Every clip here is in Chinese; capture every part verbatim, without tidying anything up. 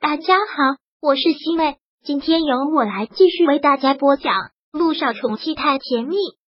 大家好，我是西妹，今天由我来继续为大家播讲《陆少宠妻太甜蜜》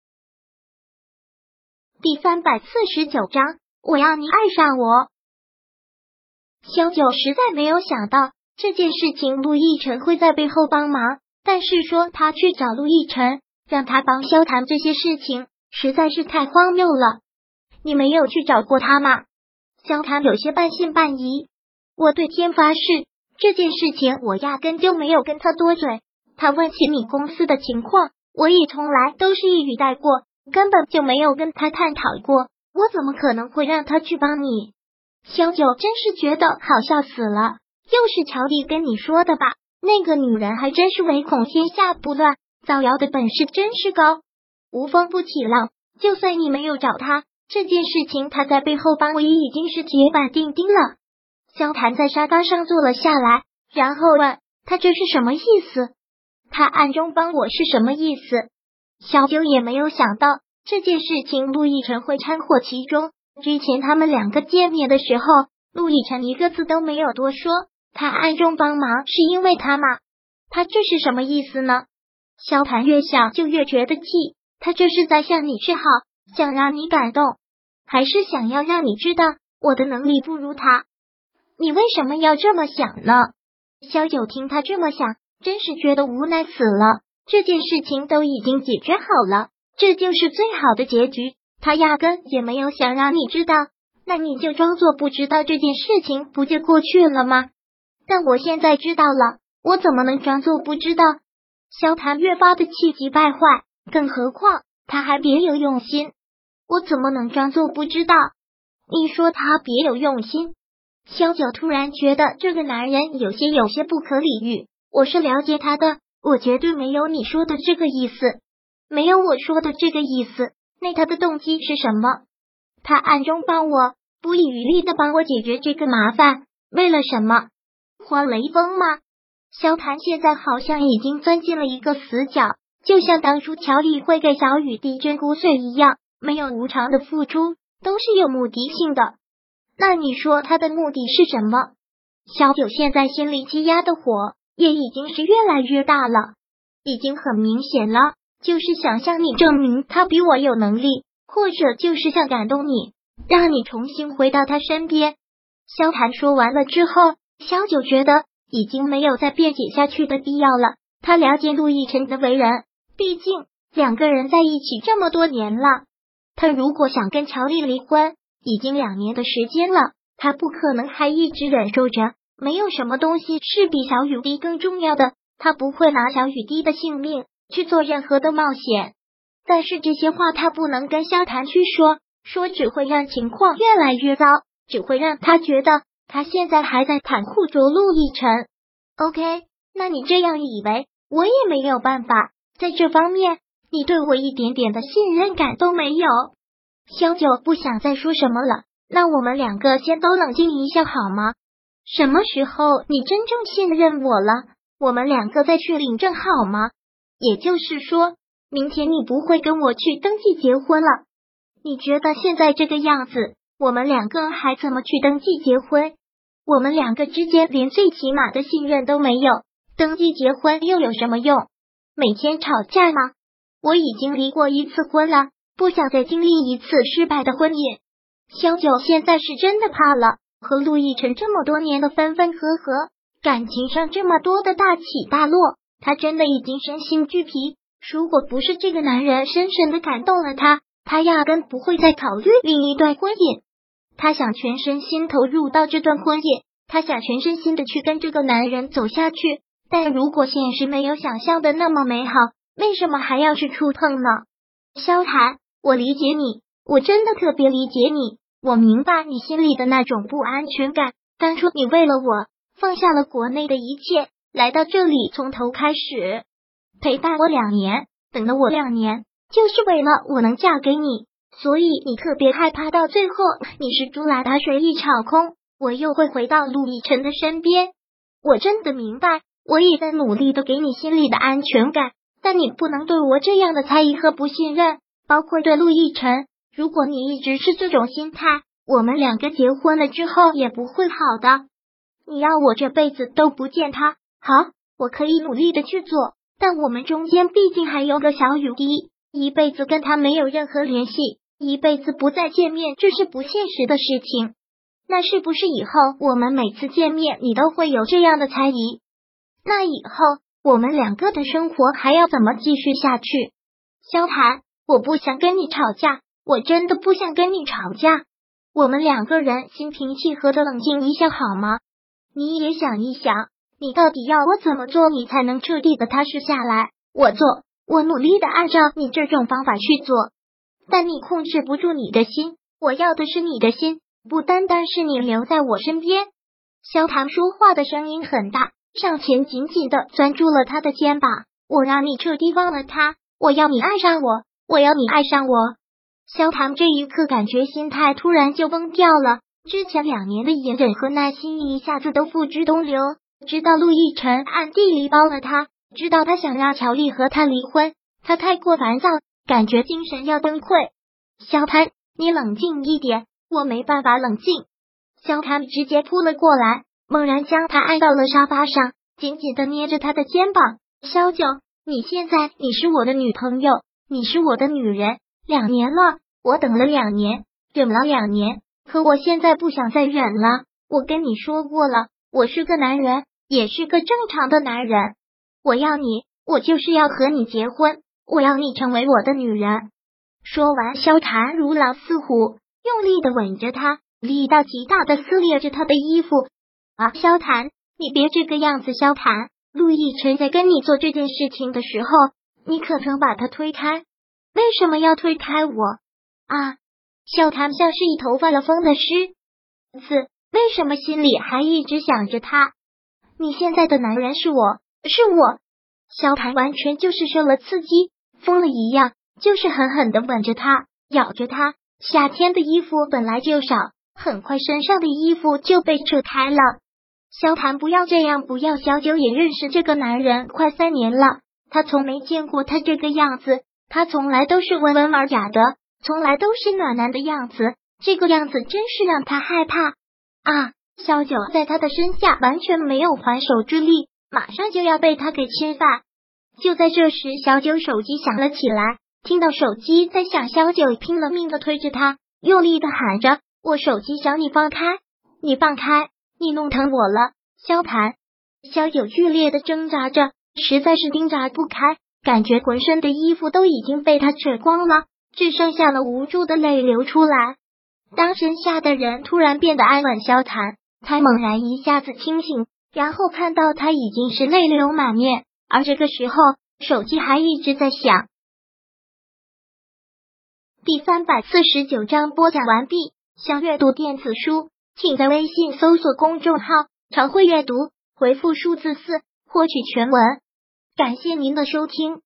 第三百四十九章，我要你爱上我。萧九实在没有想到这件事情陆亦辰会在背后帮忙，但是说他去找陆亦辰，让他帮萧谈这些事情，实在是太荒谬了。你没有去找过他吗？萧谈有些半信半疑。我对天发誓，这件事情我压根就没有跟他多嘴。他问起你公司的情况，我也从来都是一语带过，根本就没有跟他探讨过，我怎么可能会让他去帮你？萧九真是觉得好笑死了，又是乔丽跟你说的吧？那个女人还真是唯恐天下不乱，造谣的本事真是高，无风不起浪。就算你没有找他，这件事情他在背后帮我也已经是铁板钉钉了。萧谈在沙发上坐了下来，然后问他这是什么意思？他暗中帮我是什么意思？小九也没有想到这件事情陆亦辰会掺和其中。之前他们两个见面的时候，陆亦辰一个字都没有多说，他暗中帮忙是因为他吗？他这是什么意思呢？萧谈越想就越觉得气，他这是在向你示好，想让你感动，还是想要让你知道我的能力不如他？你为什么要这么想呢？萧九听他这么想，真是觉得无奈死了。这件事情都已经解决好了，这就是最好的结局。他压根也没有想让你知道，那你就装作不知道这件事情，不就过去了吗？但我现在知道了，我怎么能装作不知道？萧谈越发的气急败坏，更何况他还别有用心，我怎么能装作不知道？你说他别有用心？萧九突然觉得这个男人有些有些不可理喻。我是了解他的，我绝对没有你说的这个意思，没有我说的这个意思。那他的动机是什么？他暗中帮我，不遗余力的帮我解决这个麻烦，为了什么？还雷锋吗？萧谈现在好像已经钻进了一个死角，就像当初乔丽会给小雨滴捐骨髓一样，没有无偿的付出，都是有目的性的。那你说他的目的是什么？小九现在心里积压的火也已经是越来越大了，已经很明显了，就是想向你证明他比我有能力，或者就是想感动你，让你重新回到他身边。萧谈说完了之后，萧九觉得已经没有再辩解下去的必要了。他了解陆亦辰的为人，毕竟两个人在一起这么多年了，他如果想跟乔丽离婚，已经两年的时间了，他不可能还一直忍受着。没有什么东西是比小雨滴更重要的，他不会拿小雨滴的性命去做任何的冒险。但是这些话他不能跟萧谈去说，说只会让情况越来越糟，只会让他觉得他现在还在袒护着陆亦辰。 OK， 那你这样以为，我也没有办法，在这方面你对我一点点的信任感都没有。萧九不想再说什么了，那我们两个先都冷静一下好吗？什么时候你真正信任我了，我们两个再去领证好吗？也就是说，明天你不会跟我去登记结婚了。你觉得现在这个样子，我们两个还怎么去登记结婚？我们两个之间连最起码的信任都没有，登记结婚又有什么用？每天吵架吗？我已经离过一次婚了，不想再经历一次失败的婚姻。萧九现在是真的怕了，和陆亦辰这么多年的分分合合，感情上这么多的大起大落，他真的已经身心俱疲。如果不是这个男人深深的感动了他，他压根不会再考虑另一段婚姻。他想全身心投入到这段婚姻，他想全身心的去跟这个男人走下去。但如果现实没有想象的那么美好，为什么还要去触碰呢？萧谈，我理解你，我真的特别理解你，我明白你心里的那种不安全感。当初你为了我放下了国内的一切，来到这里从头开始，陪伴我两年，等了我两年，就是为了我能嫁给你。所以你特别害怕到最后你是猪来打水一场空，我又会回到陆亦辰的身边。我真的明白，我也在努力的给你心里的安全感，但你不能对我这样的猜疑和不信任，包括对陆亦辰。如果你一直是这种心态，我们两个结婚了之后也不会好的。 你要我这辈子都不见他，好，我可以努力的去做，但我们中间毕竟还有个小雨滴，一辈子跟他没有任何联系，一辈子不再见面，这是不现实的事情。那是不是以后我们每次见面你都会有这样的猜疑？那以后我们两个的生活还要怎么继续下去？萧谈，我不想跟你吵架，我真的不想跟你吵架。我们两个人心平气和的冷静一下好吗？你也想一想，你到底要我怎么做，你才能彻底的踏实下来？我做，我努力的按照你这种方法去做，但你控制不住你的心，我要的是你的心，不单单是你留在我身边。萧谈说话的声音很大，上前紧紧的攥住了他的肩膀，我让你彻底忘了他，我要你爱上我，我要你爱上我。萧谈这一刻感觉心态突然就崩掉了，之前两年的隐忍和耐心一下子都付之东流，知道陆亦辰暗地里帮了他，知道他想让乔丽和他离婚，他太过烦躁，感觉精神要崩溃。萧谈，你冷静一点，我没办法冷静。萧谈直接扑了过来，猛然将他按到了沙发上，紧紧的捏着他的肩膀。萧九，你现在你是我的女朋友，你是我的女人，两年了，我等了两年，忍了两年，可我现在不想再忍了。我跟你说过了，我是个男人，也是个正常的男人。我要你，我就是要和你结婚，我要你成为我的女人。说完，萧谈如狼似虎，用力的吻着她，力道极大的撕裂着她的衣服。啊，萧谈，你别这个样子，萧谈，陆亦辰在跟你做这件事情的时候，你可曾把他推开？为什么要推开我？啊！萧谈像是一头发了疯的狮子，为什么心里还一直想着他？你现在的男人是我，是我。萧谈完全就是受了刺激，疯了一样，就是狠狠的吻着他，咬着他。夏天的衣服本来就少，很快身上的衣服就被扯开了。萧谈，不要这样，不要！小九也认识这个男人快三年了，他从没见过他这个样子，他从来都是温文尔雅的，从来都是暖男的样子，这个样子真是让他害怕啊！萧九在他的身下完全没有还手之力，马上就要被他给侵犯。就在这时，小九手机响了起来，听到手机在响，小九拼了命的推着他，用力的喊着：“我手机响，你放开，你放开，你弄疼我了！”萧谈，萧九剧烈的挣扎着，实在是挣扎不开，感觉浑身的衣服都已经被他扯光了，只剩下了无助的泪流出来。当身下的人突然变得安稳，萧谈才猛然一下子清醒，然后看到他已经是泪流满面，而这个时候手机还一直在响。第三百四十九章播讲完毕。想阅读电子书，请在微信搜索公众号常会阅读，回复数字四获取全文。感谢您的收听。